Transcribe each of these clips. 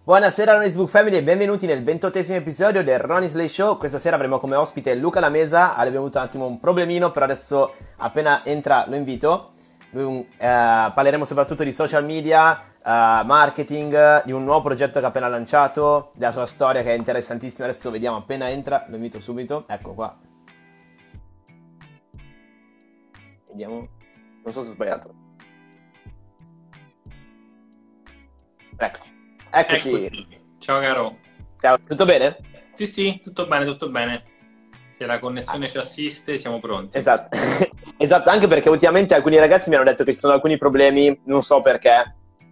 Buonasera Ronnie's Book Family e benvenuti nel 28esimo episodio del Ronnie's Late Show. Questa sera avremo come ospite Luca Lamesa. Abbiamo avuto un attimo un problemino, però adesso appena entra lo invito. Parleremo soprattutto di social media, marketing, di un nuovo progetto che ha appena lanciato, della sua storia che è interessantissima. Adesso vediamo, appena entra lo invito subito. Ecco qua. Vediamo, non so se ho sbagliato. Eccoci. Eccoci. Ciao caro. Ciao, tutto bene? Sì, tutto bene, tutto bene. Se la connessione ci assiste, siamo pronti. Esatto. Esatto, anche perché ultimamente alcuni ragazzi mi hanno detto che ci sono alcuni problemi, non so perché.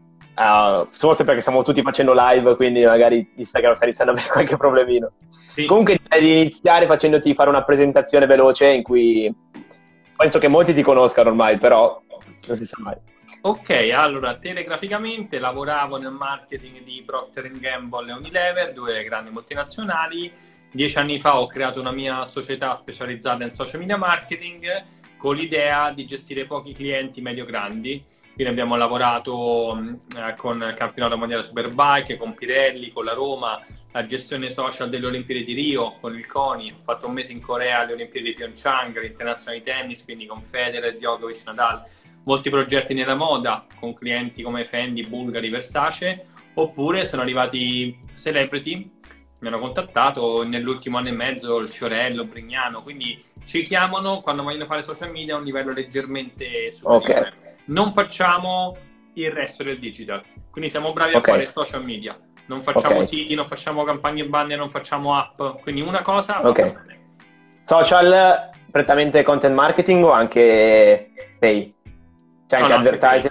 Forse perché stiamo tutti facendo live, quindi magari Instagram sta iniziando a avere qualche problemino. Sì. Comunque direi di iniziare facendoti fare una presentazione veloce in cui penso che molti ti conoscano ormai, però non si sa mai. Ok, allora, telegraficamente lavoravo nel marketing di Procter & Gamble e Unilever, due grandi multinazionali. 10 anni fa ho creato una mia società specializzata in social media marketing con l'idea di gestire pochi clienti medio-grandi. Quindi abbiamo lavorato con il campionato mondiale Superbike, con Pirelli, con la Roma, la gestione social delle Olimpiadi di Rio, con il CONI. Ho fatto un mese in Corea alle Olimpiadi di Pyeongchang, l'Internazionale di tennis, quindi con Federer, Djokovic, Nadal. Molti progetti nella moda, con clienti come Fendi, Bulgari, Versace, oppure sono arrivati celebrity, mi hanno contattato nell'ultimo anno e mezzo, il Fiorello, Brignano, quindi ci chiamano quando vogliono fare social media a un livello leggermente superiore. Ok. Non facciamo il resto del digital, quindi siamo bravi a fare social media, non facciamo siti, non facciamo campagne banner, non facciamo app, quindi una cosa va bene. Social, prettamente content marketing o anche pay? C'è anche advertising?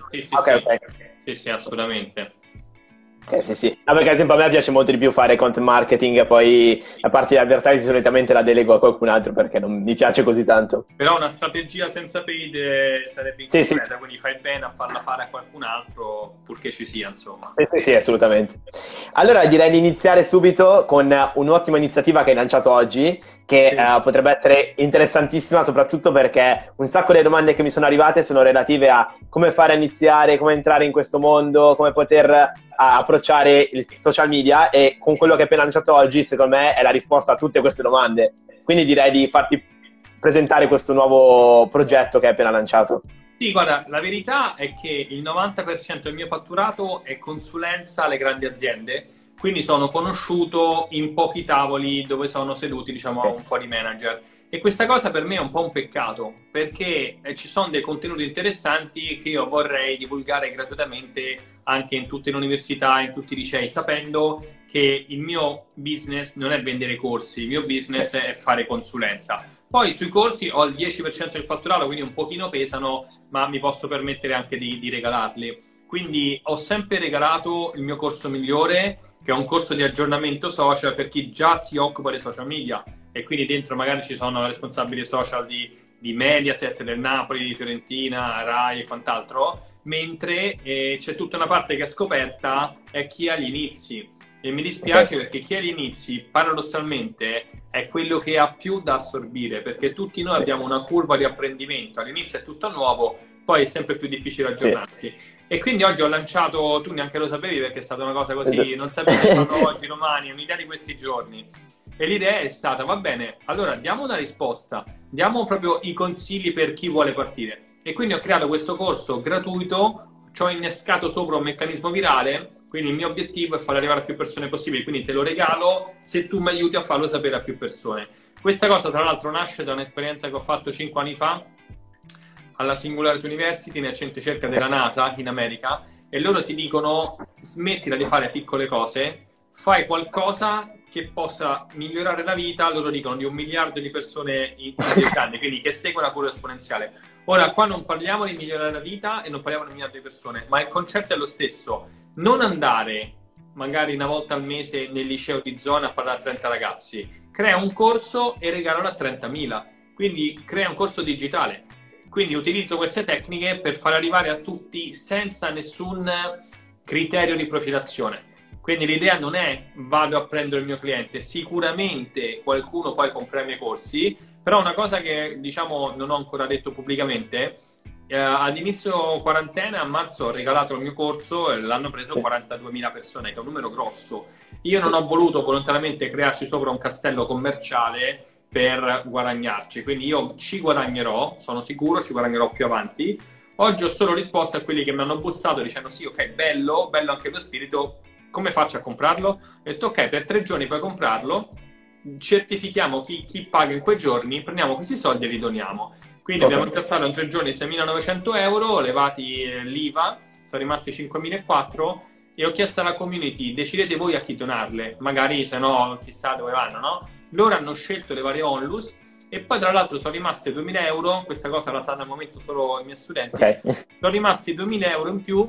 Sì, assolutamente. Sì. No, perché ad esempio a me piace molto di più fare content marketing e poi la parte di advertising solitamente la delego a qualcun altro perché non mi piace così tanto. Però una strategia senza paid sarebbe incompleta, quindi fai bene a farla fare a qualcun altro purché ci sia, insomma. Sì, assolutamente. Allora direi di iniziare subito con un'ottima iniziativa che hai lanciato oggi, che potrebbe essere interessantissima, soprattutto perché un sacco di domande che mi sono arrivate sono relative a come fare a iniziare, come entrare in questo mondo, come poter approcciare il social media, e con quello che hai appena lanciato oggi secondo me è la risposta a tutte queste domande. Quindi direi di farti presentare questo nuovo progetto che hai appena lanciato. Sì, guarda, la verità è che il 90% del mio fatturato è consulenza alle grandi aziende, quindi sono conosciuto in pochi tavoli dove sono seduti, diciamo, un po' di manager. E questa cosa per me è un po' un peccato, perché ci sono dei contenuti interessanti che io vorrei divulgare gratuitamente anche in tutte le università, in tutti i licei, sapendo che il mio business non è vendere corsi, il mio business è fare consulenza. Poi sui corsi ho il 10% del fatturato, quindi un pochino pesano, ma mi posso permettere anche di regalarli. Quindi ho sempre regalato il mio corso migliore, che è un corso di aggiornamento social per chi già si occupa di social media, e quindi dentro magari ci sono responsabili social di Mediaset, del Napoli, di Fiorentina, Rai e quant'altro, mentre c'è tutta una parte che è scoperta, è chi ha gli inizi. E mi dispiace perché chi ha gli inizi, paradossalmente, è quello che ha più da assorbire, perché tutti noi abbiamo una curva di apprendimento, all'inizio è tutto nuovo, poi è sempre più difficile aggiornarsi. E quindi oggi ho lanciato, tu neanche lo sapevi perché è stata una cosa così, non sapevi che fanno oggi, domani, è un'idea di questi giorni. E l'idea è stata, va bene, allora diamo una risposta, diamo proprio i consigli per chi vuole partire. E quindi ho creato questo corso gratuito, ci ho innescato sopra un meccanismo virale, quindi il mio obiettivo è farlo arrivare a più persone possibile, quindi te lo regalo se tu mi aiuti a farlo sapere a più persone. Questa cosa tra l'altro nasce da un'esperienza che ho fatto 5 anni fa alla Singularity University, nel centro di ricerca della NASA in America, e loro ti dicono smettila di fare piccole cose, fai qualcosa che possa migliorare la vita, loro dicono, di 1 miliardo di persone in 10 anni, quindi che segue una curva esponenziale. Ora, qua non parliamo di migliorare la vita e non parliamo di 1 miliardo di persone, ma il concetto è lo stesso. Non andare magari una volta al mese nel liceo di zona a parlare a 30 ragazzi, crea un corso e regalalo a 30.000, quindi crea un corso digitale. Quindi utilizzo queste tecniche per far arrivare a tutti senza nessun criterio di profilazione. Quindi l'idea non è vado a prendere il mio cliente, sicuramente qualcuno poi comprerà i miei corsi, però una cosa che diciamo non ho ancora detto pubblicamente Ad inizio quarantena, a marzo, ho regalato il mio corso e l'hanno preso 42.000 persone, che è un numero grosso. Io non ho voluto volontariamente crearci sopra un castello commerciale per guadagnarci, quindi io ci guadagnerò, sono sicuro, ci guadagnerò più avanti. Oggi ho solo risposto a quelli che mi hanno bussato dicendo sì, ok, bello, bello anche lo spirito, come faccio a comprarlo? Ho detto ok, per 3 giorni puoi comprarlo, certifichiamo chi paga in quei giorni, prendiamo questi soldi e li doniamo. Quindi abbiamo incassato in 3 giorni 6.900 euro, levati l'IVA, sono rimasti 5.400 e ho chiesto alla community, decidete voi a chi donarle, magari se no chissà dove vanno, no? Loro hanno scelto le varie onlus e poi tra l'altro sono rimaste 2.000 euro, questa cosa la sanno al momento solo i miei studenti, sono rimasti 2.000 euro in più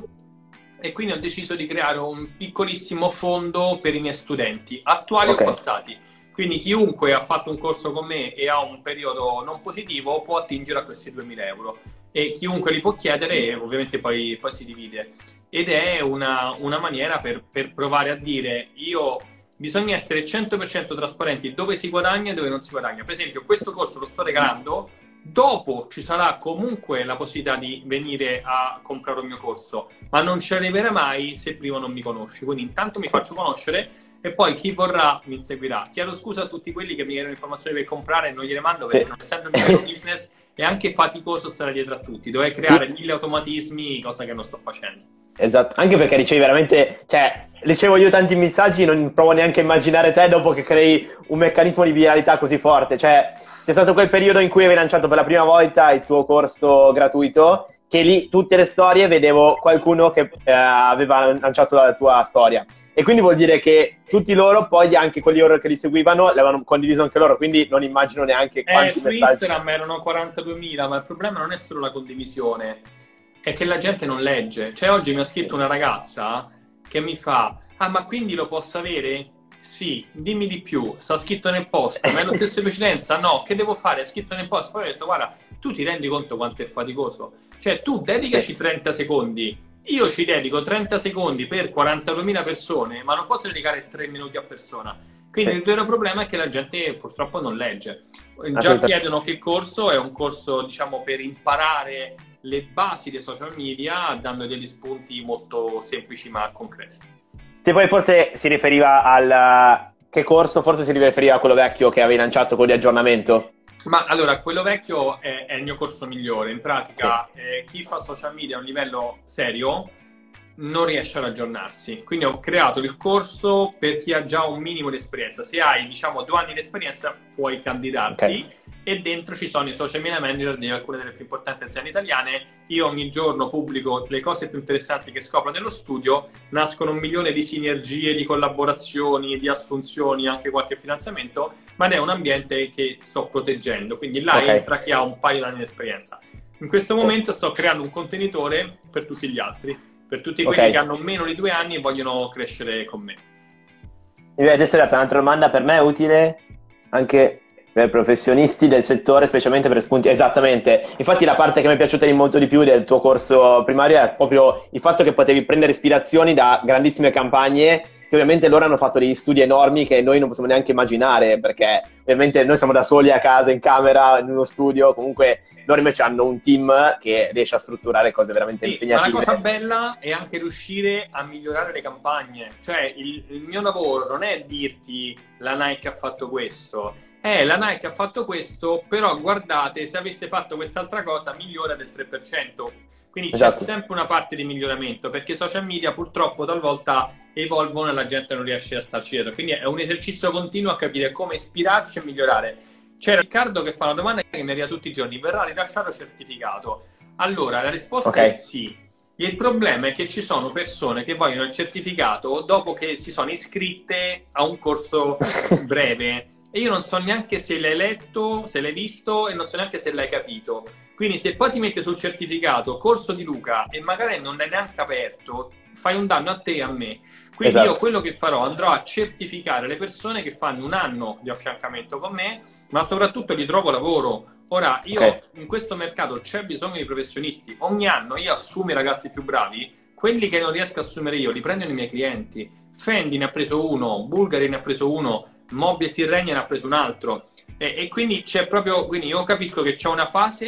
e quindi ho deciso di creare un piccolissimo fondo per i miei studenti, attuali o passati. Quindi chiunque ha fatto un corso con me e ha un periodo non positivo può attingere a questi 2.000 euro e chiunque li può chiedere e ovviamente poi si divide. Ed è una maniera per provare a dire bisogna essere 100% trasparenti dove si guadagna e dove non si guadagna. Per esempio questo corso lo sto regalando, dopo ci sarà comunque la possibilità di venire a comprare il mio corso, ma non ci arriverà mai se prima non mi conosci. Quindi intanto mi faccio conoscere e poi chi vorrà mi seguirà. Chiedo scusa a tutti quelli che mi chiedono informazioni per comprare e non gliele mando perché non essendo il mio business è anche faticoso stare dietro a tutti, dovrei creare 1000 automatismi, cosa che non sto facendo. Esatto, anche perché ricevi veramente, cioè, ricevo io tanti messaggi, non provo neanche a immaginare te dopo che crei un meccanismo di viralità così forte, cioè c'è stato quel periodo in cui avevi lanciato per la prima volta il tuo corso gratuito, che lì tutte le storie vedevo qualcuno che aveva lanciato la tua storia. E quindi vuol dire che tutti loro, poi anche quelli che li seguivano, l'avevano condiviso anche loro, quindi non immagino neanche quanti su messaggi. Instagram erano 42.000, ma il problema non è solo la condivisione, è che la gente non legge. Cioè oggi mi ha scritto una ragazza che mi fa, ah ma quindi lo posso avere? Sì, dimmi di più, sta scritto nel post, ma è lo stesso di precedenza? No, che devo fare? È scritto nel post. Poi ho detto, guarda, tu ti rendi conto quanto è faticoso? Cioè tu dedicaci 30 secondi, io ci dedico 30 secondi per 42.000 persone, ma non posso dedicare 3 minuti a persona. Quindi il vero problema è che la gente purtroppo non legge. Già chiedono che corso è un corso, diciamo, per imparare le basi dei social media, dando degli spunti molto semplici ma concreti. Se poi forse si riferiva al... Che corso? Forse si riferiva a quello vecchio che avevi lanciato, quello di aggiornamento? Ma allora, quello vecchio è il mio corso migliore. In pratica, chi fa social media a un livello serio non riesce ad aggiornarsi. Quindi ho creato il corso per chi ha già un minimo di esperienza. Se hai, diciamo, 2 anni di esperienza, puoi candidarti. E dentro ci sono i social media manager di alcune delle più importanti aziende italiane. Io ogni giorno pubblico le cose più interessanti che scopro nello studio, nascono 1 milione di sinergie, di collaborazioni, di assunzioni, anche qualche finanziamento, ma è un ambiente che sto proteggendo, quindi là entra chi ha un paio di anni di esperienza. In questo momento sto creando un contenitore per tutti gli altri, per tutti quelli che hanno meno di 2 anni e vogliono crescere con me. Adesso è un'altra domanda per me utile anche per professionisti del settore, specialmente per spunti. Esattamente. Infatti la parte che mi è piaciuta molto di più del tuo corso primario è proprio il fatto che potevi prendere ispirazioni da grandissime campagne, che ovviamente loro hanno fatto degli studi enormi che noi non possiamo neanche immaginare, perché ovviamente noi siamo da soli a casa, in camera, in uno studio, comunque loro invece hanno un team che riesce a strutturare cose veramente impegnative. Ma la cosa bella è anche riuscire a migliorare le campagne, cioè il mio lavoro non è dirti la Nike ha fatto questo, la Nike ha fatto questo, però guardate, se avesse fatto quest'altra cosa migliora del 3%. Quindi c'è sempre una parte di miglioramento, perché i social media purtroppo talvolta evolvono e la gente non riesce a starci dietro. Quindi è un esercizio continuo a capire come ispirarci e migliorare. C'era Riccardo che fa una domanda che mi arriva tutti i giorni: verrà rilasciato certificato? Allora, la risposta è sì. Il problema è che ci sono persone che vogliono il certificato dopo che si sono iscritte a un corso breve. E io non so neanche se l'hai letto, se l'hai visto e non so neanche se l'hai capito. Quindi se poi ti metti sul certificato corso di Luca e magari non l'hai neanche aperto, fai un danno a te e a me. Quindi io quello che farò, andrò a certificare le persone che fanno 1 anno di affiancamento con me, ma soprattutto gli trovo lavoro. Ora, io in questo mercato c'è bisogno di professionisti. Ogni anno io assumo i ragazzi più bravi, quelli che non riesco a assumere io li prendono i miei clienti. Fendi ne ha preso uno, Bulgari ne ha preso uno, Moby e Tirrenia ne ha preso un altro. E quindi c'è proprio, quindi io capisco che c'è una fase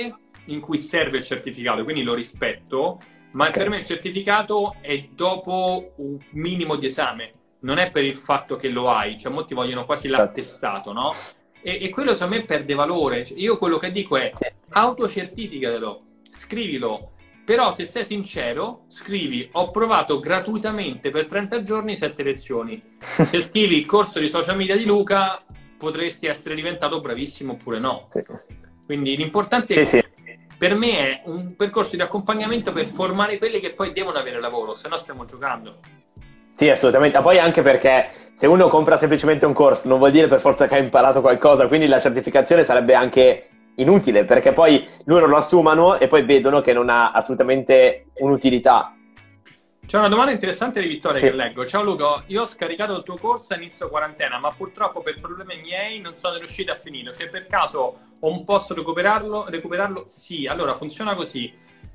in cui serve il certificato, quindi lo rispetto, ma per me il certificato è dopo un minimo di esame, non è per il fatto che lo hai, cioè molti vogliono quasi l'attestato, no? E quello secondo me perde valore. Cioè, io quello che dico è autocertificatelo, scrivilo, però se sei sincero, scrivi ho provato gratuitamente per 30 giorni 7 lezioni. Se scrivi corso di social media di Luca, potresti essere diventato bravissimo oppure no. Sì. Quindi l'importante è, per me è un percorso di accompagnamento per formare quelli che poi devono avere lavoro, se no stiamo giocando. Sì, assolutamente. Ma poi anche perché se uno compra semplicemente un corso non vuol dire per forza che ha imparato qualcosa, quindi la certificazione sarebbe anche inutile, perché poi loro lo assumano e poi vedono che non ha assolutamente un'utilità. C'è una domanda interessante di Vittoria Sì. che leggo. Ciao Luca, io ho scaricato il tuo corso a inizio quarantena, ma purtroppo per problemi miei non sono riuscito a finirlo. Cioè, per caso posso recuperarlo? Sì, allora funziona così.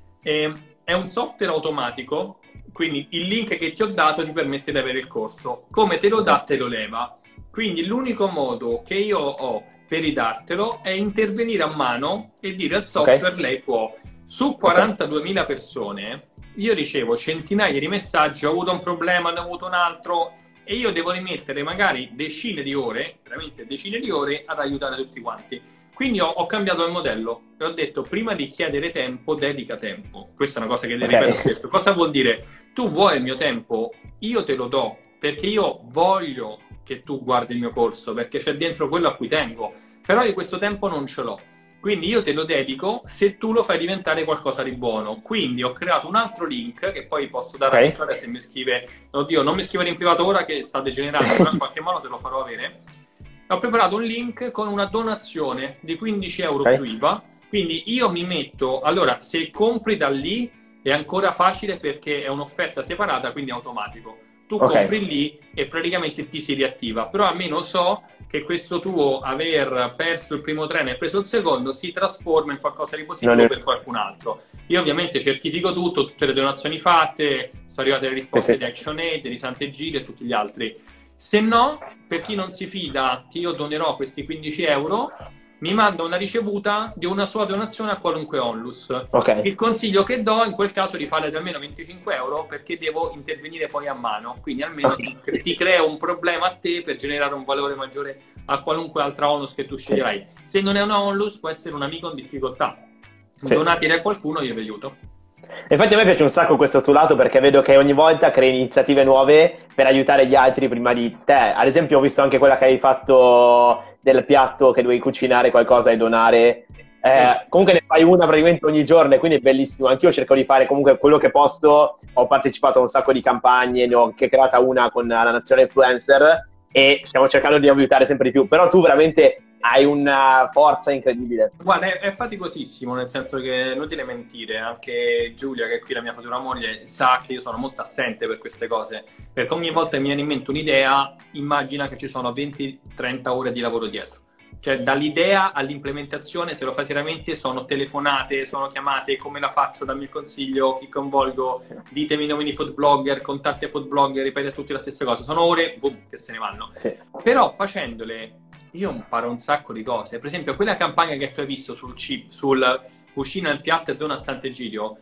È un software automatico, quindi il link che ti ho dato ti permette di avere il corso. Come te lo dà, te lo leva. Quindi l'unico modo che io ho per ridartelo è intervenire a mano e dire al software lei può. Su 42.000 persone io ricevo centinaia di messaggi, ho avuto un problema, ne ho avuto un altro, e io devo rimettere magari decine di ore, veramente decine di ore, ad aiutare tutti quanti. Quindi ho cambiato il modello e ho detto prima di chiedere tempo, dedica tempo. Questa è una cosa che le ripeto spesso. Cosa vuol dire? Tu vuoi il mio tempo, io te lo do, perché io voglio che tu guardi il mio corso, perché c'è dentro quello a cui tengo, però io questo tempo non ce l'ho. Quindi io te lo dedico se tu lo fai diventare qualcosa di buono. Quindi ho creato un altro link che poi posso dare a Vittoria se mi scrive. Oddio, non mi scrivere in privato ora che sta degenerando, però in qualche modo te lo farò avere. Ho preparato un link con una donazione di 15 euro più IVA. Quindi io mi metto. Allora, se compri da lì è ancora facile perché è un'offerta separata, quindi è automatico. Tu compri lì e praticamente ti si riattiva. Però almeno so che questo tuo aver perso il primo treno e preso il secondo si trasforma in qualcosa di positivo per qualcun altro. Io ovviamente certifico tutto, tutte le donazioni fatte, sono arrivate le risposte di ActionAid, di Sant'Egidio e tutti gli altri. Se no, per chi non si fida che io donerò questi 15 euro, mi manda una ricevuta di una sua donazione a qualunque onlus. Il consiglio che do in quel caso è di fare di almeno 25 euro perché devo intervenire poi a mano, quindi almeno ti crea un problema a te per generare un valore maggiore a qualunque altra onlus che tu sceglierai. Se non è una onlus può essere un amico in difficoltà. Donateli a qualcuno, io vi aiuto. Infatti a me piace un sacco questo tuo lato perché vedo che ogni volta crei iniziative nuove per aiutare gli altri prima di te. Ad esempio ho visto anche quella che hai fatto del piatto che dovevi cucinare qualcosa e donare. Comunque ne fai una praticamente ogni giorno e quindi è bellissimo. Anch'io cerco di fare comunque quello che posso. Ho partecipato a un sacco di campagne, ne ho anche creata una con la Nazione Influencer e stiamo cercando di aiutare sempre di più. Però tu veramente hai una forza incredibile. Guarda, è faticosissimo, nel senso che è inutile mentire, anche Giulia, che è qui la mia futura moglie, sa che io sono molto assente per queste cose, perché ogni volta che mi viene in mente un'idea, immagina che ci sono 20-30 ore di lavoro dietro. Cioè, dall'idea all'implementazione, se lo fai seriamente, sono telefonate, sono chiamate, come la faccio, dammi il consiglio, chi coinvolgo, ditemi i nomi di food blogger, contatti a food blogger, ripeti a tutti la stessa cosa. Sono ore, boom, che se ne vanno. Però facendole io imparo un sacco di cose. Per esempio, quella campagna che tu hai visto sul cucina il piatto e dona a Sant'Egidio,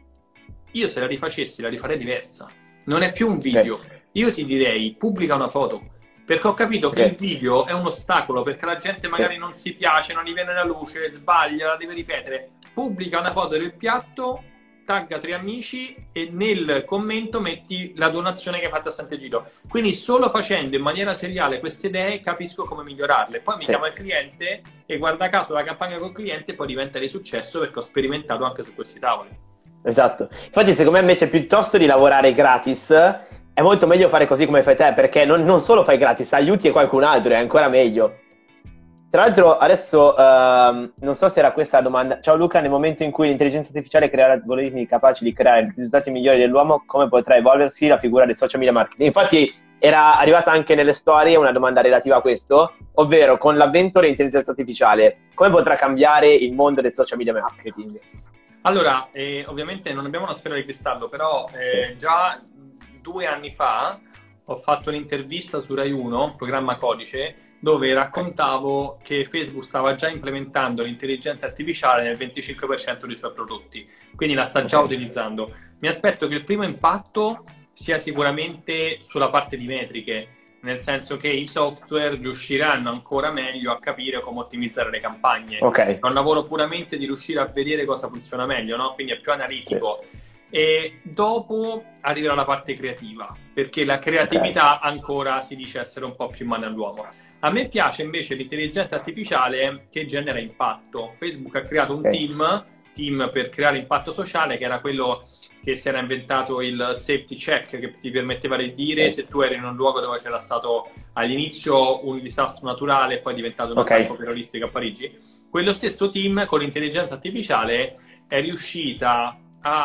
io se la rifacessi la rifarei diversa. Non è più un video. Io ti direi, pubblica una foto. Perché ho capito che il video è un ostacolo, perché la gente magari non si piace, non gli viene la luce, sbaglia, la deve ripetere. Pubblica una foto del piatto, tagga 3 amici e nel commento metti la donazione che hai fatto a Sant'Egidio. Quindi solo facendo in maniera seriale queste idee capisco come migliorarle. Poi mi chiama il cliente e guarda caso la campagna col cliente poi diventa di successo perché ho sperimentato anche su questi tavoli. Esatto. Infatti secondo me invece piuttosto di lavorare gratis è molto meglio fare così come fai te, perché non solo fai gratis, aiuti qualcun altro, è ancora meglio. Tra l'altro adesso non so se era questa la domanda. Ciao Luca, nel momento in cui l'intelligenza artificiale creerà algoritmi capaci di creare risultati migliori dell'uomo, come potrà evolversi la figura del social media marketing? Infatti era arrivata anche nelle storie una domanda relativa a questo, ovvero con l'avvento dell'intelligenza artificiale, come potrà cambiare il mondo del social media marketing? Allora, ovviamente non abbiamo una sfera di cristallo, però già 2 anni fa ho fatto un'intervista su Rai 1, programma Codice, dove raccontavo che Facebook stava già implementando l'intelligenza artificiale nel 25% dei suoi prodotti, quindi la sta già utilizzando. Mi aspetto che il primo impatto sia sicuramente sulla parte di metriche, nel senso che i software riusciranno ancora meglio a capire come ottimizzare le campagne. È un lavoro puramente di riuscire a vedere cosa funziona meglio, no? Quindi è più analitico. E dopo arriverà la parte creativa, perché la creatività ancora si dice essere un po' più in mano all'uomo. A me piace invece l'intelligenza artificiale che genera impatto. Facebook ha creato un team per creare impatto sociale, che era quello che si era inventato il safety check, che ti permetteva di dire se tu eri in un luogo dove c'era stato all'inizio un disastro naturale e poi è diventato un attacco terroristico a Parigi. Quello stesso team con l'intelligenza artificiale è riuscita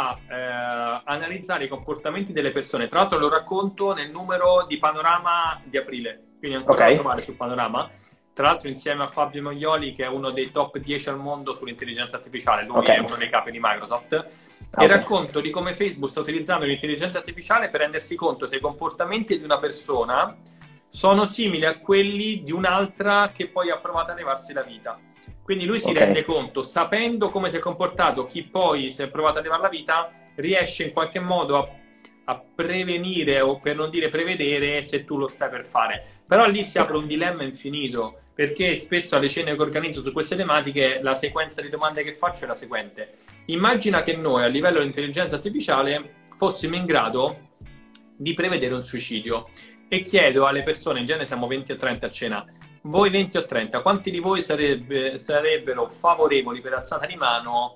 a analizzare i comportamenti delle persone. Tra l'altro lo racconto nel numero di Panorama di aprile, quindi ancora da trovare su Panorama. Tra l'altro insieme a Fabio Moglioli, che è uno dei top 10 al mondo sull'intelligenza artificiale, lui è uno dei capi di Microsoft, e racconto di come Facebook sta utilizzando l'intelligenza artificiale per rendersi conto se i comportamenti di una persona sono simili a quelli di un'altra che poi ha provato a levarsi la vita. Quindi lui si rende conto, sapendo come si è comportato chi poi si è provato a levare la vita, riesce in qualche modo a prevenire, o per non dire prevedere, se tu lo stai per fare. Però lì si apre un dilemma infinito, perché spesso alle cene che organizzo su queste tematiche la sequenza di domande che faccio è la seguente. Immagina che noi a livello di intelligenza artificiale fossimo in grado di prevedere un suicidio e chiedo alle persone, in genere siamo 20 o 30 a cena, voi 20 o 30, quanti di voi sarebbero favorevoli per alzata di mano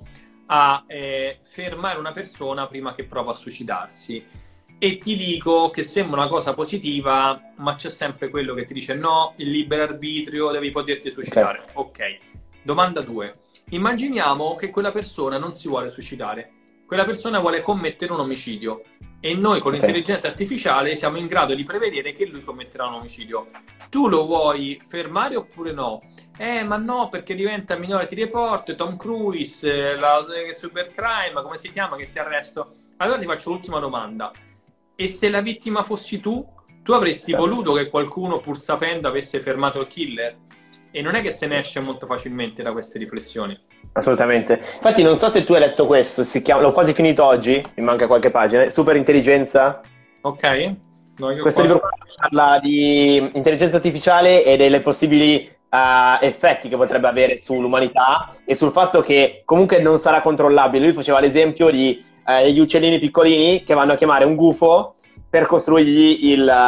a fermare una persona prima che prova a suicidarsi? E ti dico che sembra una cosa positiva, ma c'è sempre quello che ti dice no, il libero arbitrio, devi poterti suicidare. Ok. Domanda 2. Immaginiamo che quella persona non si vuole suicidare. Quella persona vuole commettere un omicidio e noi con l'intelligenza artificiale siamo in grado di prevedere che lui commetterà un omicidio. Tu lo vuoi fermare oppure no? Ma no, perché diventa Minority Report, Tom Cruise, la Supercrime, come si chiama, che ti arresto. Allora ti faccio l'ultima domanda. E se la vittima fossi tu avresti voluto che qualcuno, pur sapendo, avesse fermato il killer? E non è che se ne esce molto facilmente da queste riflessioni. Assolutamente. Infatti non so se tu hai letto questo, l'ho quasi finito oggi, mi manca qualche pagina, Superintelligenza. Ok. No, questo libro parla di intelligenza artificiale e delle possibili effetti che potrebbe avere sull'umanità e sul fatto che comunque non sarà controllabile. Lui faceva l'esempio di gli uccellini piccolini che vanno a chiamare un gufo per costruirgli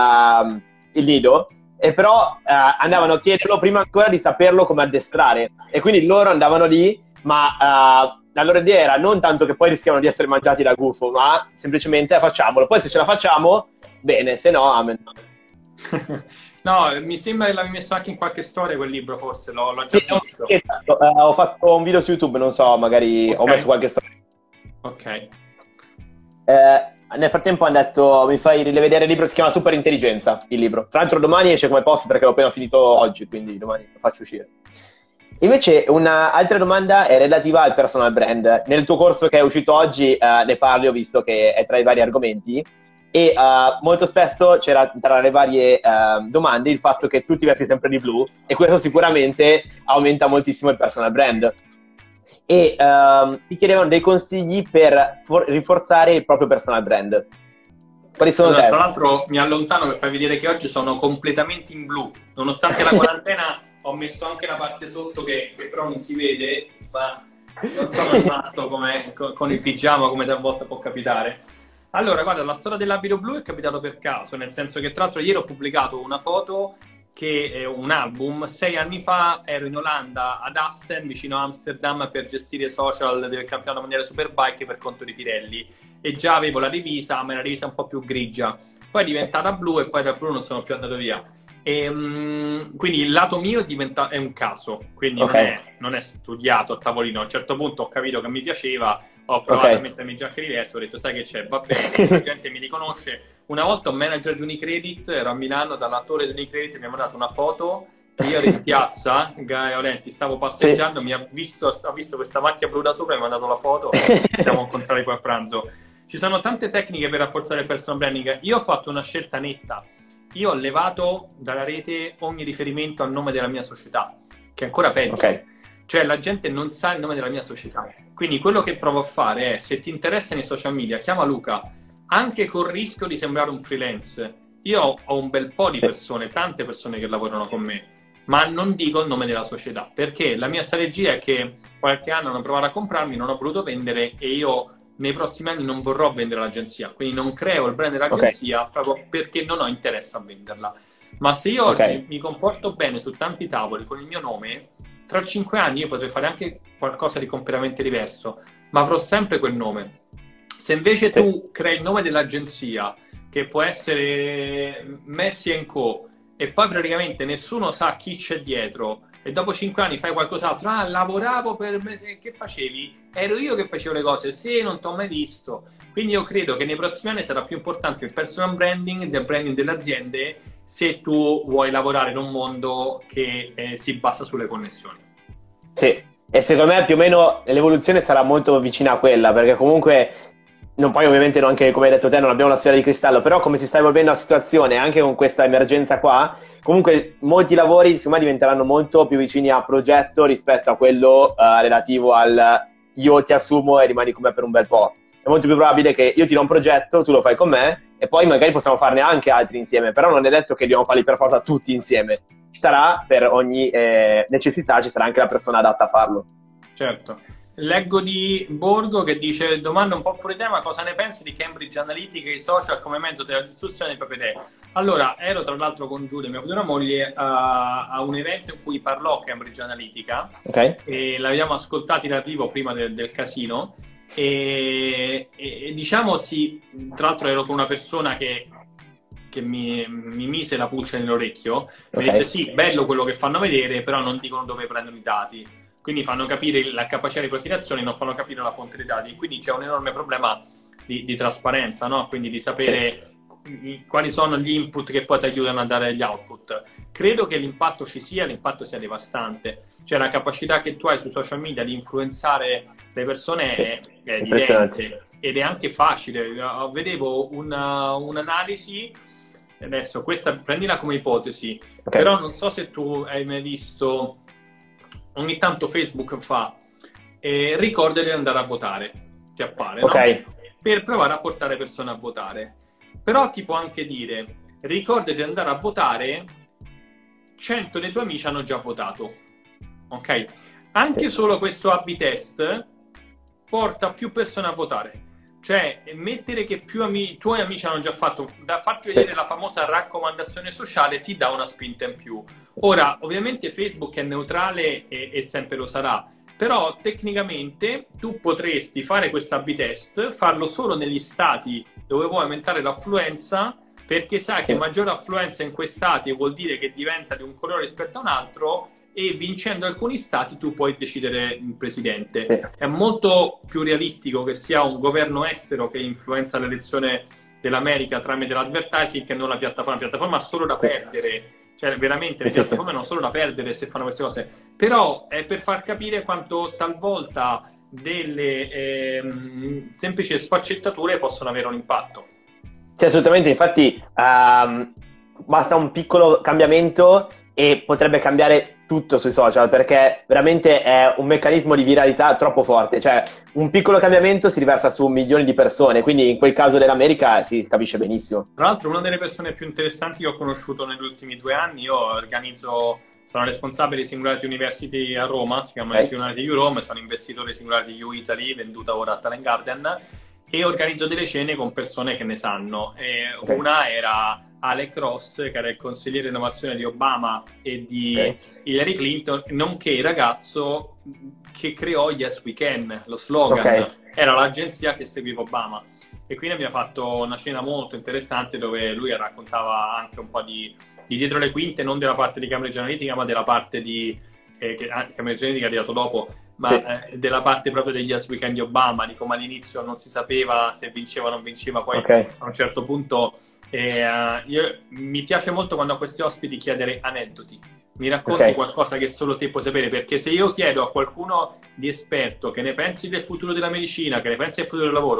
il nido, e però andavano a chiederlo prima ancora di saperlo come addestrare, e quindi loro andavano lì, ma la loro idea era non tanto che poi rischiavano di essere mangiati dal gufo, ma semplicemente facciamolo, poi se ce la facciamo bene, se no amen. No, mi sembra che l'avevi messo anche in qualche storia quel libro, forse l'ho già visto. Esatto. Ho fatto un video su YouTube, non so, magari ho messo qualche storia. Ok. Nel frattempo hanno detto mi fai rivedere il libro, si chiama Superintelligenza, il libro. Tra l'altro domani esce come post perché l'ho appena finito oggi, quindi domani lo faccio uscire. Invece un'altra domanda è relativa al personal brand. Nel tuo corso che è uscito oggi ne parli, ho visto che è tra i vari argomenti, e molto spesso c'era tra le varie domande il fatto che tu ti vesti sempre di blu, e questo sicuramente aumenta moltissimo il personal brand. E ti chiedevano dei consigli per rinforzare il proprio personal brand. Quali sono te? Tra l'altro mi allontano per far vedere che oggi sono completamente in blu, nonostante la quarantena. Ho messo anche la parte sotto che però non si vede, ma non sono rimasto con il pigiama come talvolta può capitare. Allora, guarda, la storia dell'abito blu è capitato per caso, nel senso che tra l'altro ieri ho pubblicato una foto che è un album. 6 anni fa ero in Olanda, ad Assen, vicino a Amsterdam, per gestire social del campionato mondiale Superbike per conto di Pirelli, e già avevo la divisa, ma era una divisa un po' più grigia, poi è diventata blu e poi da blu non sono più andato via. E, quindi il lato mio è un caso, quindi non è studiato a tavolino. A un certo punto ho capito che mi piaceva, ho provato a mettermi in giacca diversa, ho detto sai che c'è, va bene, la gente mi riconosce. Una volta un manager di Unicredit, ero a Milano, dall'attore di Unicredit mi ha mandato una foto, io ero in piazza, Gaia Olenti, stavo passeggiando, ha visto questa macchia blu da sopra e mi ha mandato la foto, siamo incontrati poi a pranzo. Ci sono tante tecniche per rafforzare il personal branding. Io ho fatto una scelta netta. io ho levato dalla rete ogni riferimento al nome della mia società, che è ancora peggio. Ok. Cioè la gente non sa il nome della mia società. Quindi quello che provo a fare è, se ti interessa nei social media, chiama Luca, anche col rischio di sembrare un freelance. Io ho un bel po' di persone, tante persone che lavorano con me, ma non dico il nome della società, perché la mia strategia è che qualche anno hanno provato a comprarmi, non ho voluto vendere e io nei prossimi anni non vorrò vendere l'agenzia, quindi non creo il brand dell'agenzia proprio perché non ho interesse a venderla. Ma se io oggi mi comporto bene su tanti tavoli con il mio nome, tra 5 anni io potrei fare anche qualcosa di completamente diverso, ma avrò sempre quel nome. Se invece tu crei il nome dell'agenzia, che può essere Messi Co, e poi praticamente nessuno sa chi c'è dietro, e dopo 5 anni fai qualcos'altro, lavoravo per me, che facevi? Ero io che facevo le cose, sì, non ti ho mai visto. Quindi io credo che nei prossimi anni sarà più importante il personal branding, del branding delle aziende, se tu vuoi lavorare in un mondo che si basa sulle connessioni. Sì, e secondo me più o meno l'evoluzione sarà molto vicina a quella, perché comunque, poi ovviamente anche come hai detto te non abbiamo la sfera di cristallo, però come si sta evolvendo la situazione anche con questa emergenza qua, comunque molti lavori secondo me diventeranno molto più vicini a progetto rispetto a quello relativo al io ti assumo e rimani con me per un bel po'. È molto più probabile che io ti do un progetto, tu lo fai con me e poi magari possiamo farne anche altri insieme, però non è detto che dobbiamo farli per forza tutti insieme. Ci sarà, per ogni necessità, ci sarà anche la persona adatta a farlo. Certo. Leggo di Borgo che dice: domanda un po' fuori tema, cosa ne pensi di Cambridge Analytica e i social come mezzo della distruzione delle proprie idee? Allora, ero tra l'altro con Giulia, mia futura moglie, a un evento in cui parlò Cambridge Analytica, e l'abbiamo ascoltati dal vivo prima del casino, e diciamo sì, tra l'altro ero con una persona che mi mise la pulce nell'orecchio, mi disse sì, bello quello che fanno vedere, però non dicono dove prendono i dati. Quindi fanno capire la capacità di profilazione, non fanno capire la fonte dei dati. Quindi c'è un enorme problema di trasparenza, no? Quindi di sapere quali sono gli input che poi ti aiutano a dare gli output. Credo che l'impatto ci sia, l'impanto sia devastante. Cioè la capacità che tu hai sui social media di influenzare le persone è evidente ed è anche facile. Vedevo un'analisi, adesso questa prendila come ipotesi, però non so se tu hai mai visto... Ogni tanto Facebook fa ricorda di andare a votare, ti appare, no? Per provare a portare persone a votare. Però ti può anche dire, ricorda di andare a votare, 100 dei tuoi amici hanno già votato, ok? Anche solo questo A/B test porta più persone a votare. Cioè, mettere che più tuoi amici hanno già fatto, da farti vedere la famosa raccomandazione sociale, ti dà una spinta in più. Ora, ovviamente Facebook è neutrale e sempre lo sarà, però tecnicamente tu potresti fare questo A/B test, farlo solo negli stati dove vuoi aumentare l'affluenza, perché sai che maggiore affluenza in quei stati vuol dire che diventa di un colore rispetto a un altro, e vincendo alcuni stati tu puoi decidere il presidente. È molto più realistico che sia un governo estero che influenza l'elezione dell'America tramite l'advertising che non la piattaforma. La piattaforma ha solo da perdere, cioè veramente le piattaforme hanno solo da perdere se fanno queste cose. Però è per far capire quanto talvolta delle semplici sfaccettature possono avere un impatto. Sì, assolutamente, infatti basta un piccolo cambiamento e potrebbe cambiare tutto sui social, perché veramente è un meccanismo di viralità troppo forte, cioè un piccolo cambiamento si riversa su milioni di persone, quindi in quel caso dell'America si capisce benissimo. Tra l'altro una delle persone più interessanti che ho conosciuto negli ultimi 2 anni, io sono responsabile di Singularity University a Roma, si chiama Singularity U Rome, sono investitore di Singularity U Italy, venduta ora a Talent Garden, e organizzo delle cene con persone che ne sanno. Una era Alec Ross, che era il consigliere innovazione di Obama e di Hillary Clinton, nonché il ragazzo che creò Yes We Can, lo slogan. Era l'agenzia che seguiva Obama. E quindi abbiamo fatto una cena molto interessante dove lui raccontava anche un po' di dietro le quinte, non della parte di Cambridge Analytica, ma della parte di Cambridge Analytica è arrivato dopo, ma della parte proprio degli Yes We Can di Obama, di come all'inizio non si sapeva se vinceva o non vinceva, poi a un certo punto mi piace molto quando a questi ospiti chiedere aneddoti, mi racconti qualcosa che solo te puoi sapere, perché se io chiedo a qualcuno di esperto che ne pensi del futuro della medicina, che ne pensi del futuro del lavoro,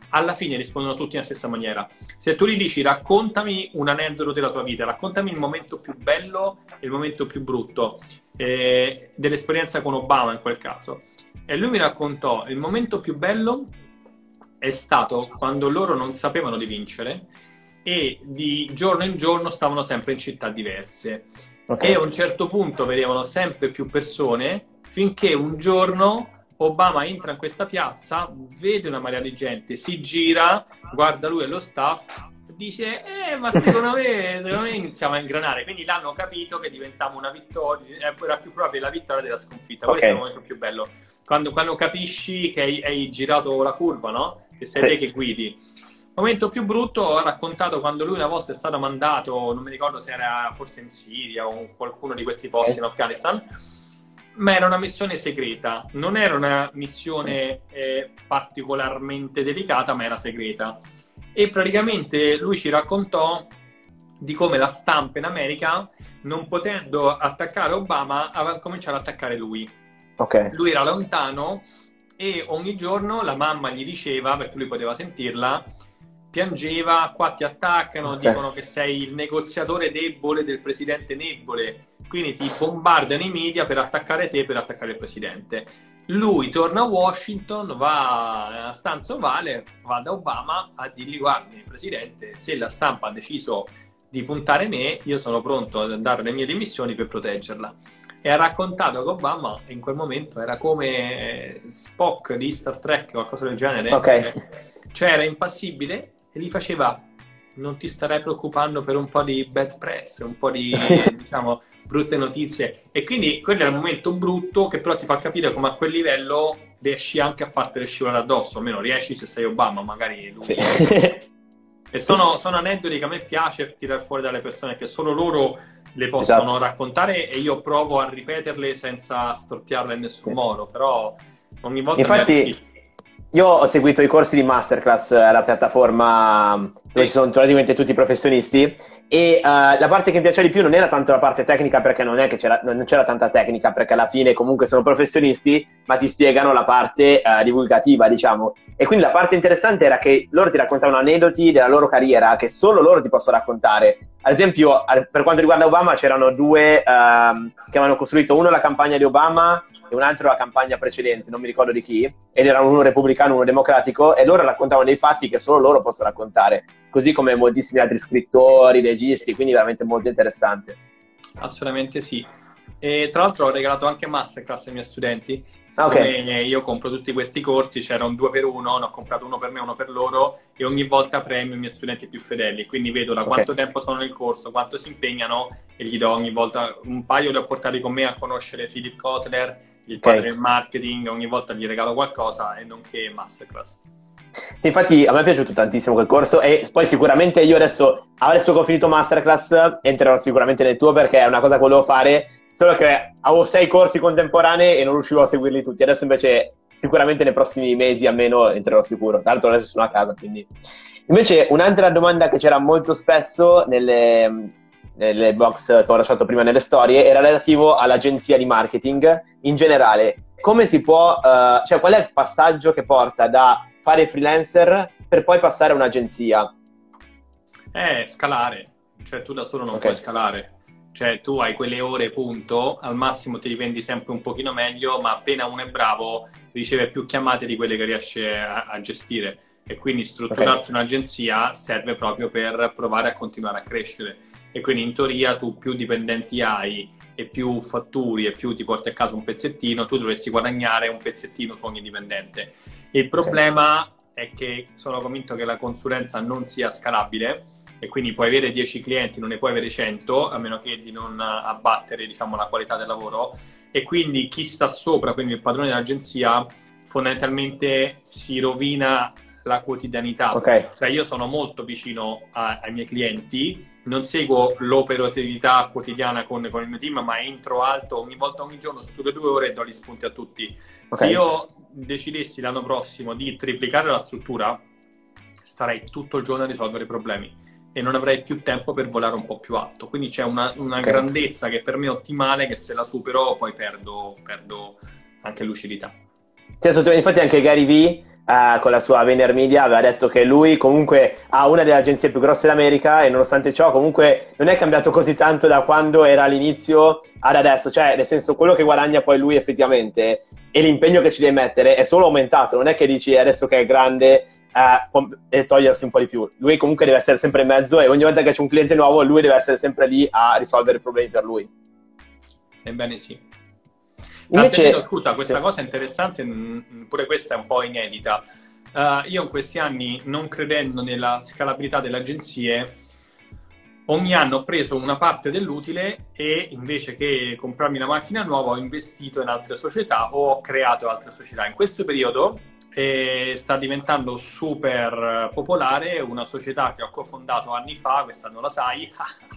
alla fine rispondono tutti nella stessa maniera. Se tu gli dici raccontami un aneddoto della tua vita, raccontami il momento più bello e il momento più brutto dell'esperienza con Obama in quel caso. E lui mi raccontò il momento più bello è stato quando loro non sapevano di vincere e di giorno in giorno stavano sempre in città diverse. Okay. E a un certo punto vedevano sempre più persone finché un giorno Obama entra in questa piazza, vede una marea di gente, si gira, guarda lui e lo staff, dice ma secondo me iniziamo a ingranare. Quindi l'hanno capito che diventava una vittoria, era più proprio la vittoria della sconfitta. Questo è il momento più bello, quando capisci che hai girato la curva, no? Che sei te che guidi. Il momento più brutto ho raccontato quando lui una volta è stato mandato, non mi ricordo se era forse in Siria o in qualcuno di questi posti in Afghanistan, ma era una missione segreta, non era una missione particolarmente delicata, ma era segreta. E praticamente lui ci raccontò di come la stampa in America, non potendo attaccare Obama, aveva cominciato ad attaccare lui. Okay. Lui era lontano e ogni giorno la mamma gli diceva, perché lui poteva sentirla, piangeva, qua ti attaccano, dicono che sei il negoziatore debole del presidente Nebole, quindi ti bombardano i media per attaccare te, per attaccare il presidente. Lui torna a Washington, va nella stanza ovale, va da Obama a dirgli: guardi, presidente, se la stampa ha deciso di puntare me, io sono pronto a dare le mie dimissioni per proteggerla. E ha raccontato che Obama in quel momento era come Spock di Star Trek o qualcosa del genere, cioè era impassibile e gli faceva: non ti starei preoccupando per un po' di bad press, un po' di diciamo brutte notizie. E quindi quello è il momento brutto che però ti fa capire come a quel livello riesci anche a fartele scivolare addosso, almeno riesci se sei Obama, magari lui. E sono aneddoti che a me piace tirar fuori dalle persone, che solo loro le possono raccontare e io provo a ripeterle senza storpiarle in nessun modo, però ogni volta infatti io ho seguito i corsi di Masterclass, la piattaforma dove ci sono praticamente tutti i professionisti, e la parte che mi piaceva di più non era tanto la parte tecnica, perché non è che non c'era tanta tecnica, perché alla fine comunque sono professionisti, ma ti spiegano la parte divulgativa, diciamo. E quindi la parte interessante era che loro ti raccontavano aneddoti della loro carriera che solo loro ti possono raccontare. Ad esempio, per quanto riguarda Obama, c'erano due che avevano costruito, uno la campagna di Obama e un altro la campagna precedente, non mi ricordo di chi, ed erano uno repubblicano, uno democratico, e loro raccontavano dei fatti che solo loro possono raccontare, così come moltissimi altri scrittori, registi, quindi veramente molto interessante. Assolutamente sì. E tra l'altro ho regalato anche Masterclass ai miei studenti. Io compro tutti questi corsi, c'era un 2 per 1, ne ho comprato uno per me e uno per loro, e ogni volta premio i miei studenti più fedeli, quindi vedo da quanto tempo sono nel corso, quanto si impegnano, e gli do ogni volta un paio, li ho portati con me a conoscere Philip Kotler, il padre del marketing, ogni volta gli regalo qualcosa, e nonché Masterclass. Infatti a me è piaciuto tantissimo quel corso, e poi sicuramente io adesso che ho finito Masterclass entrerò sicuramente nel tuo, perché è una cosa che volevo fare, solo che avevo 6 corsi contemporanei e non riuscivo a seguirli tutti. Adesso invece sicuramente nei prossimi mesi almeno entrerò sicuro, tanto adesso sono a casa, quindi. Invece un'altra domanda che c'era molto spesso nelle box che ho lasciato prima nelle storie era relativo all'agenzia di marketing in generale. Come si può, cioè qual è il passaggio che porta da fare freelancer per poi passare a un'agenzia? Scalare, cioè tu da solo non puoi scalare. Cioè tu hai quelle ore, punto, al massimo ti rivendi sempre un pochino meglio, ma appena uno è bravo riceve più chiamate di quelle che riesce a gestire, e quindi strutturarsi un'agenzia serve proprio per provare a continuare a crescere. E quindi in teoria tu più dipendenti hai e più fatturi e più ti porti a casa un pezzettino, tu dovresti guadagnare un pezzettino su ogni dipendente. Il problema è che sono convinto che la consulenza non sia scalabile, e quindi puoi avere 10 clienti, non ne puoi avere 100, a meno che di non abbattere, diciamo, la qualità del lavoro. E quindi chi sta sopra, quindi il padrone dell'agenzia, fondamentalmente si rovina la quotidianità. Cioè io sono molto vicino ai miei clienti, non seguo l'operatività quotidiana con il mio team, ma entro alto ogni volta, ogni giorno, studio 2 ore e do gli spunti a tutti. Se io decidessi l'anno prossimo di triplicare la struttura, starei tutto il giorno a risolvere i problemi e non avrei più tempo per volare un po' più alto. Quindi c'è una grandezza che per me è ottimale, che se la supero poi perdo anche lucidità. Sì, assolutamente. Infatti anche Gary Vee con la sua VaynerMedia, aveva detto che lui comunque ha una delle agenzie più grosse d'America e nonostante ciò comunque non è cambiato così tanto da quando era all'inizio ad adesso, cioè nel senso quello che guadagna poi lui effettivamente e l'impegno che ci deve mettere è solo aumentato, non è che dici adesso che è grande e togliersi un po' di più. Lui comunque deve essere sempre in mezzo e ogni volta che c'è un cliente nuovo lui deve essere sempre lì a risolvere i problemi per lui. Ebbene sì. Invece, scusa, questa cosa è interessante, pure questa è un po' inedita. Io in questi anni, non credendo nella scalabilità delle agenzie, ogni anno ho preso una parte dell'utile e invece che comprarmi una macchina nuova ho investito in altre società o ho creato altre società. In questo periodo sta diventando super popolare una società che ho cofondato anni fa, questa non la sai,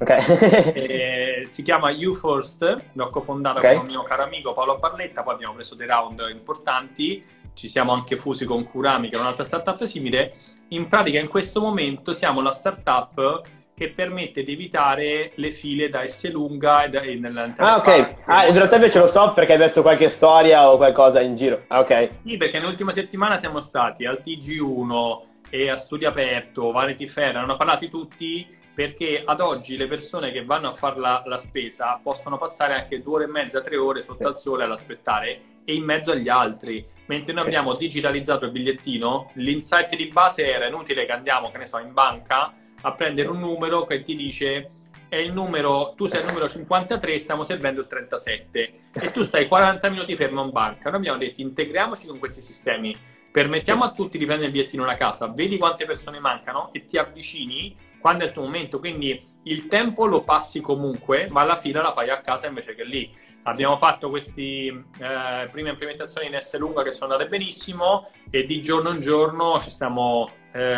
okay. Si chiama UFirst, l'ho cofondata con un mio caro amico Paolo Barletta, poi abbiamo preso dei round importanti, ci siamo anche fusi con Kurami che è un'altra startup simile. In pratica in questo momento siamo la startup che permette di evitare le file da Esselunga e ok. In realtà invece lo so perché hai messo qualche storia o qualcosa in giro. Ok. Sì, perché nell'ultima settimana siamo stati al TG1 e a Studio Aperto, Vanity Fair, hanno parlato tutti perché ad oggi le persone che vanno a fare la spesa possono passare anche 2 ore e mezza, 3 ore sotto al sole ad aspettare e in mezzo agli altri. Mentre noi abbiamo digitalizzato il bigliettino, l'insight di base era inutile che andiamo, che ne so, in banca a prendere un numero che ti dice è il numero, tu sei il numero 53, stiamo servendo il 37 e tu stai 40 minuti fermo in banca. Noi abbiamo detto integriamoci con questi sistemi, permettiamo a tutti di prendere il bigliettino da casa, vedi quante persone mancano e ti avvicini quando è il tuo momento, quindi il tempo lo passi comunque ma la fila la fai a casa invece che lì. Abbiamo fatto queste prime implementazioni in Esselunga che sono andate benissimo e di giorno in giorno ci stiamo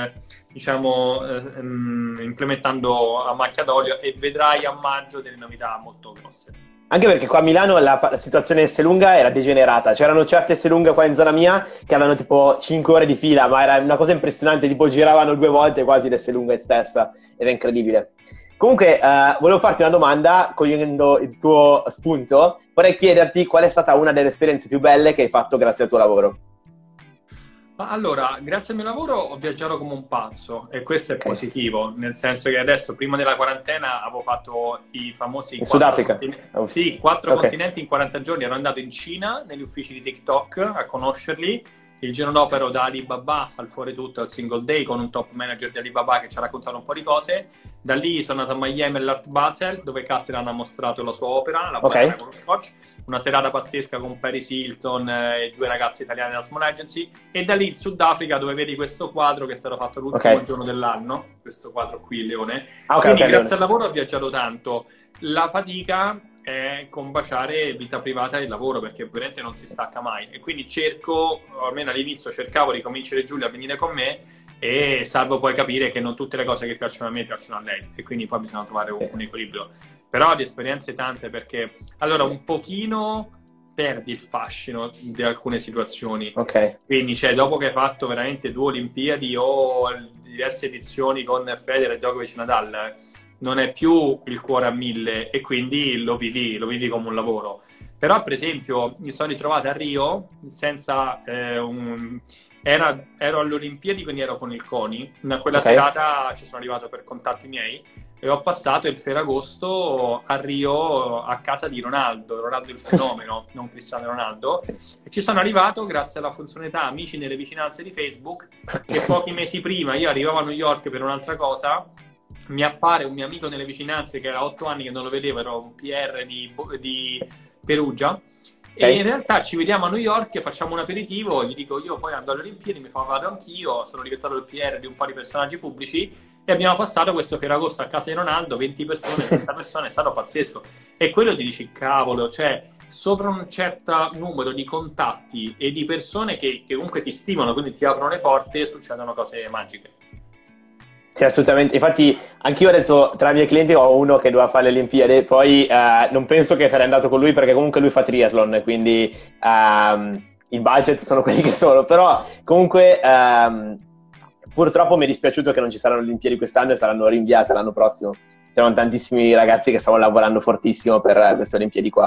implementando a macchia d'olio e vedrai a maggio delle novità molto grosse. Anche perché qua a Milano la situazione Esselunga era degenerata, c'erano certe Esselunga qua in zona mia che avevano tipo 5 ore di fila, ma era una cosa impressionante, tipo giravano 2 volte quasi l'Esselunga stessa, era incredibile. Comunque, volevo farti una domanda, cogliendo il tuo spunto, vorrei chiederti qual è stata una delle esperienze più belle che hai fatto grazie al tuo lavoro. Allora, grazie al mio lavoro ho viaggiato come un pazzo e questo è positivo, nel senso che adesso, prima della quarantena, avevo fatto i famosi in Sudafrica? Sì, 4 continenti in 40 giorni, ero andato in Cina, negli uffici di TikTok, a conoscerli. Il giorno dopo ero da Alibaba al Fuori Tutto, al Single Day, con un top manager di Alibaba che ci ha raccontato un po' di cose. Da lì sono andato a Miami all'Art Basel, dove Caterham ha mostrato la sua opera, la Banana con lo Scotch. Una serata pazzesca con Paris Hilton e 2 ragazze italiane della Small Agency. E da lì in Sudafrica, dove vedi questo quadro che è stato fatto l'ultimo giorno dell'anno, questo quadro qui, il leone. Quindi grazie al lavoro ho viaggiato tanto. La fatica è combaciare vita privata e lavoro, perché ovviamente non si stacca mai, e quindi cerco, almeno all'inizio cercavo di convincere Giulia a venire con me, e salvo poi capire che non tutte le cose che piacciono a me piacciono a lei, e quindi poi bisogna trovare un equilibrio. Però di esperienze tante, perché allora un pochino perdi il fascino di alcune situazioni. Quindi dopo che hai fatto veramente 2 Olimpiadi o diverse edizioni con Federer, Djokovic, Nadal, non è più il cuore a 1000 e quindi lo vivi come un lavoro. Però per esempio mi sono ritrovato a Rio senza ero alle Olimpiadi, quindi ero con il CONI. Da quella serata ci sono arrivato per contatti miei e ho passato il Ferragosto a Rio a casa di Ronaldo il fenomeno, non Cristiano Ronaldo, e ci sono arrivato grazie alla funzionalità Amici nelle vicinanze di Facebook, che pochi mesi prima io arrivavo a New York per un'altra cosa, mi appare un mio amico nelle vicinanze che era 8 anni che non lo vedevo, era un PR di Perugia, e in realtà ci vediamo a New York e facciamo un aperitivo, gli dico io poi ando alle Olimpiadi, mi fa vado anch'io, sono diventato il PR di un po' di personaggi pubblici e abbiamo passato questo Ferragosto a casa di Ronaldo, 20 persone, 30 persone, è stato pazzesco. E quello ti dici, cavolo, cioè sopra un certo numero di contatti e di persone che comunque ti stimolano, quindi ti aprono le porte, succedono cose magiche. Sì, assolutamente. Infatti anch'io adesso tra i miei clienti ho uno che doveva fare le Olimpiadi, poi non penso che sarei andato con lui perché comunque lui fa triathlon, quindi i budget sono quelli che sono, però comunque purtroppo mi è dispiaciuto che non ci saranno le Olimpiadi quest'anno e saranno rinviate l'anno prossimo. C'erano tantissimi ragazzi che stavano lavorando fortissimo per queste Olimpiadi qua.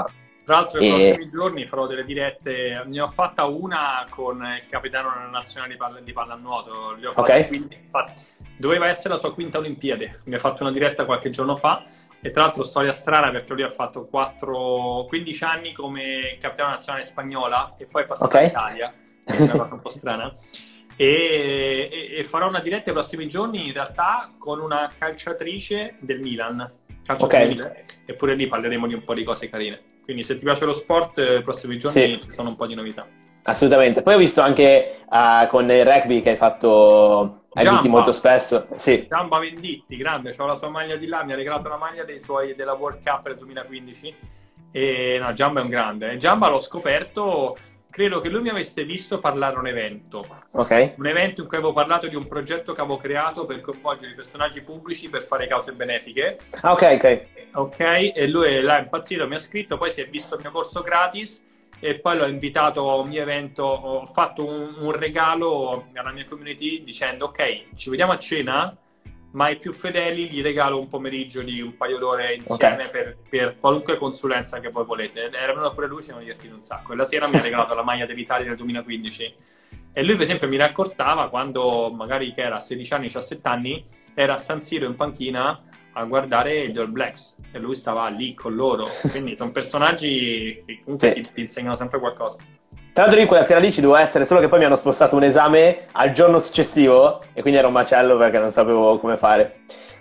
Tra l'altro nei prossimi giorni farò delle dirette, ne ho fatta una con il capitano della nazionale di pallanuoto, doveva essere la sua quinta Olimpiade, mi ha fatto una diretta qualche giorno fa, e tra l'altro storia strana perché lui ha fatto 15 anni come capitano nazionale spagnola e poi è passato all'Italia, è una cosa un po' strana. E farò una diretta nei prossimi giorni in realtà con una calciatrice del Milan, e pure lì parleremo di un po' di cose carine. Quindi se ti piace lo sport, nei prossimi giorni ci sono un po' di novità. Assolutamente. Poi ho visto anche con il rugby che hai vinti molto spesso. Sì. Giamba Venditti, grande, c'ho la sua maglia di là, mi ha regalato una maglia della World Cup del 2015. E no, Giamba è un grande. Giamba l'ho scoperto, credo che lui mi avesse visto parlare a un evento. Un evento in cui avevo parlato di un progetto che avevo creato per coinvolgere i personaggi pubblici per fare cause benefiche. Ok, e lui l'ha impazzito, mi ha scritto, poi si è visto il mio corso gratis e poi l'ho invitato a un mio evento, ho fatto un regalo alla mia community dicendo ok, ci vediamo a cena, ma ai più fedeli gli regalo un pomeriggio di un paio d'ore insieme per qualunque consulenza che voi volete. Era venuto pure lui, ci siamo divertiti un sacco. E la sera mi ha regalato la maglia dell'Italia del 2015. E lui, per esempio, mi raccontava quando, magari che era a 16 anni, 17 anni, era a San Siro in panchina a guardare gli All Blacks. E lui stava lì con loro. Quindi sono personaggi che comunque ti insegnano sempre qualcosa. Tra l'altro io quella sera lì ci dovevo essere, solo che poi mi hanno spostato un esame al giorno successivo e quindi era un macello perché non sapevo come fare.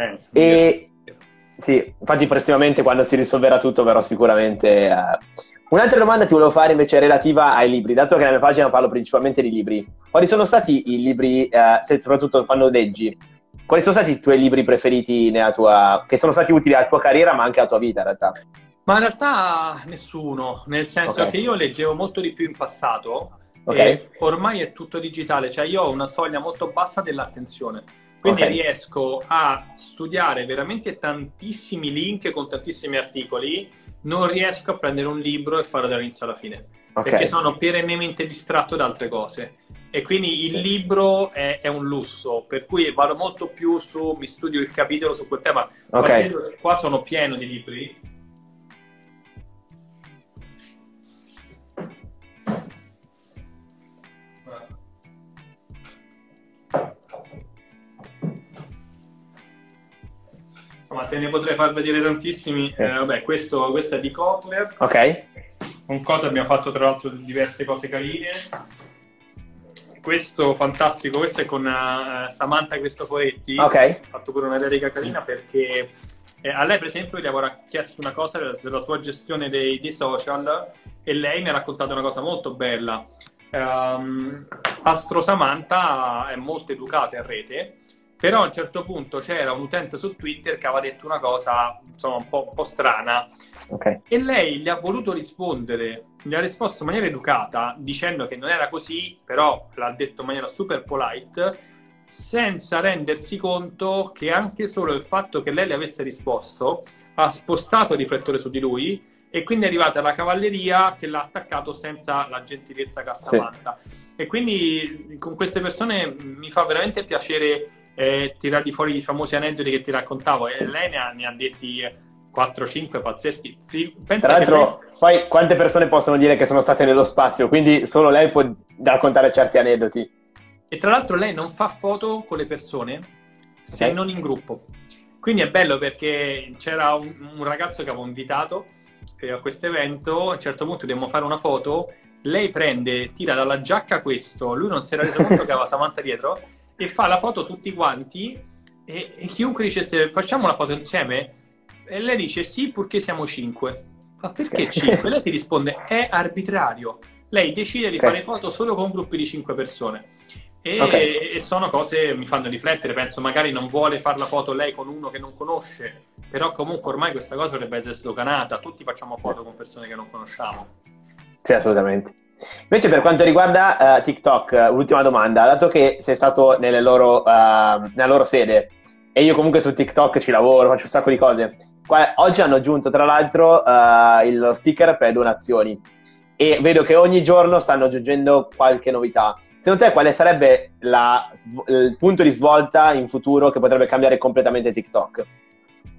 Sì, infatti prossimamente quando si risolverà tutto verrò sicuramente. Un'altra domanda ti volevo fare invece relativa ai libri, dato che nella mia pagina parlo principalmente di libri. Quali sono stati i libri, soprattutto quando leggi, quali sono stati i tuoi libri preferiti che sono stati utili alla tua carriera ma anche alla tua vita in realtà? Ma in realtà nessuno, nel senso che io leggevo molto di più in passato e ormai è tutto digitale, cioè io ho una soglia molto bassa dell'attenzione, quindi riesco a studiare veramente tantissimi link con tantissimi articoli, non riesco a prendere un libro e farlo dall'inizio alla fine, perché sono perennemente distratto da altre cose. E quindi il libro è un lusso, per cui vado molto più mi studio il capitolo su quel tema. Qua sono pieno di libri. Ma te ne potrei far vedere tantissimi. Vabbè, questo è di Kotler. Con Kotler abbiamo fatto tra l'altro diverse cose carine. Questo fantastico, questo è con Samantha Cristoforetti. Ho fatto pure una dedica carina perché a lei per esempio gli avevo chiesto una cosa della sua gestione dei social e lei mi ha raccontato una cosa molto bella. Astro Samantha è molto educata in rete, però a un certo punto c'era un utente su Twitter che aveva detto una cosa insomma un po' strana e lei gli ha voluto rispondere, gli ha risposto in maniera educata dicendo che non era così, però l'ha detto in maniera super polite, senza rendersi conto che anche solo il fatto che lei le avesse risposto ha spostato il riflettore su di lui e quindi è arrivata la cavalleria che l'ha attaccato senza la gentilezza che ha Samantha. E quindi con queste persone mi fa veramente piacere tirargli fuori i famosi aneddoti che ti raccontavo, e lei ne ha detti 4-5 pazzeschi. Pensa tra l'altro che poi quante persone possono dire che sono state nello spazio, quindi solo lei può raccontare certi aneddoti. E tra l'altro lei non fa foto con le persone se non in gruppo, quindi è bello perché c'era un ragazzo che avevo invitato a questo evento, a un certo punto dobbiamo fare una foto, lei tira dalla giacca questo, lui non si era reso conto che aveva Samantha dietro e fa la foto tutti quanti e chiunque dicesse facciamo la foto insieme e lei dice sì purché siamo 5. Ma perché 5? Lei ti risponde è arbitrario, lei decide di fare foto solo con gruppi di 5 persone e sono cose che mi fanno riflettere, penso magari non vuole fare la foto lei con uno che non conosce, però comunque ormai questa cosa dovrebbe essere sdoganata, tutti facciamo foto con persone che non conosciamo. Sì, assolutamente. Invece per quanto riguarda TikTok, ultima domanda, dato che sei stato nella loro sede e io comunque su TikTok ci lavoro, faccio un sacco di cose, oggi hanno aggiunto tra l'altro lo sticker per donazioni e vedo che ogni giorno stanno aggiungendo qualche novità. Secondo te quale sarebbe il punto di svolta in futuro che potrebbe cambiare completamente TikTok?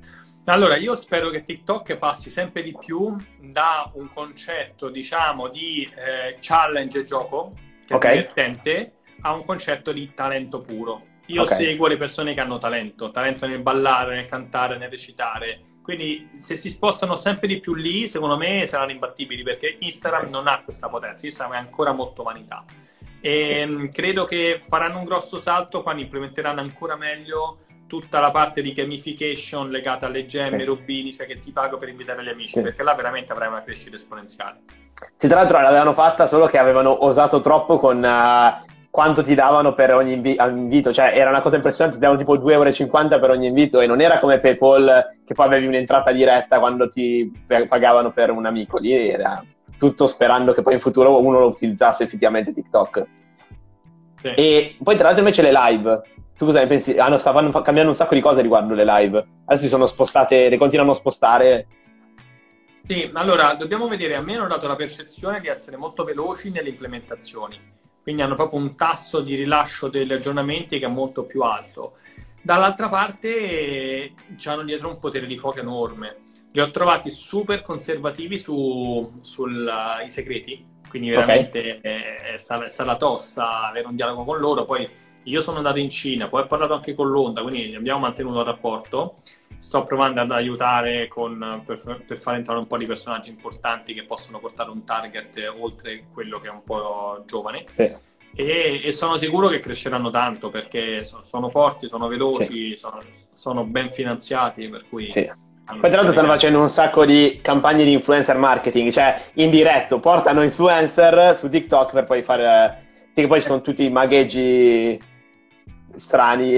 Allora, io spero che TikTok passi sempre di più da un concetto, diciamo, di challenge e gioco, che è divertente, a un concetto di talento puro. Io seguo le persone che hanno talento nel ballare, nel cantare, nel recitare. Quindi se si spostano sempre di più lì, secondo me saranno imbattibili, perché Instagram non ha questa potenza, Instagram è ancora molto vanità. E credo che faranno un grosso salto quando implementeranno ancora meglio tutta la parte di gamification legata alle gemme, ai rubini, cioè che ti pago per invitare gli amici, perché là veramente avrai una crescita esponenziale. Sì, tra l'altro l'avevano fatta, solo che avevano osato troppo con quanto ti davano per ogni invito, cioè era una cosa impressionante, ti davano tipo 2,50 € per ogni invito, e non era come PayPal che poi avevi un'entrata diretta quando ti pagavano per un amico. Lì era tutto sperando che poi in futuro uno lo utilizzasse effettivamente TikTok. Sì. E poi tra l'altro invece le live, tu cosa ne pensi? Stanno cambiando un sacco di cose riguardo le live, adesso si sono spostate, le continuano a spostare. Sì, allora dobbiamo vedere, a me hanno dato la percezione di essere molto veloci nelle implementazioni, quindi hanno proprio un tasso di rilascio degli aggiornamenti che è molto più alto. Dall'altra parte hanno dietro un potere di fuoco enorme. Li ho trovati super conservativi sui segreti, quindi veramente è stata tosta avere un dialogo con loro. Poi io sono andato in Cina, poi ho parlato anche con l'Onda, quindi abbiamo mantenuto il rapporto. Sto provando ad aiutare per far entrare un po' di personaggi importanti che possono portare un target oltre quello che è un po' giovane. Sì. E sono sicuro che cresceranno tanto, perché sono forti, sono veloci, sì, sono ben finanziati, per cui... Sì. Poi tra l'altro stanno facendo un sacco di campagne di influencer marketing, cioè in diretto, portano influencer su TikTok per poi fare... che poi ci sono tutti i magheggi strani.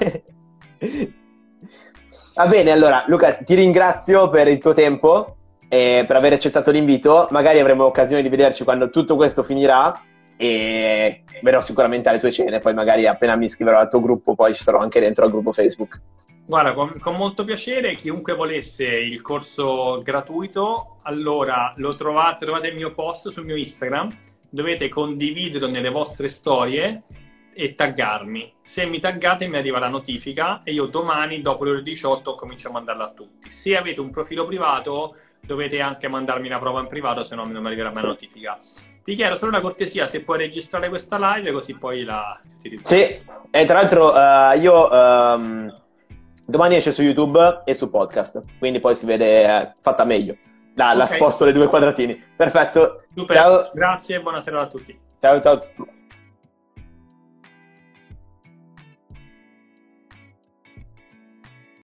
Va bene, allora Luca, ti ringrazio per il tuo tempo e per aver accettato l'invito. Magari avremo occasione di vederci quando tutto questo finirà, e verrò sicuramente alle tue cene. Poi magari appena mi iscriverò al tuo gruppo, poi ci sarò anche dentro al gruppo Facebook. Guarda, con molto piacere. Chiunque volesse il corso gratuito, allora trovate il mio post sul mio Instagram, dovete condividerlo nelle vostre storie e taggarmi. Se mi taggate mi arriva la notifica e io domani dopo le ore 18 comincio a mandarla a tutti. Se avete un profilo privato dovete anche mandarmi la prova in privato, se no non mi arriverà mai la notifica. Ti chiedo solo una cortesia, se puoi registrare questa live, così poi la utilizzo. Sì, e tra l'altro io domani esce su YouTube e su podcast, quindi poi si vede fatta meglio. La sposto le due quadratini. Perfetto. Super. Ciao. Grazie e buonasera a tutti. Ciao a tutti.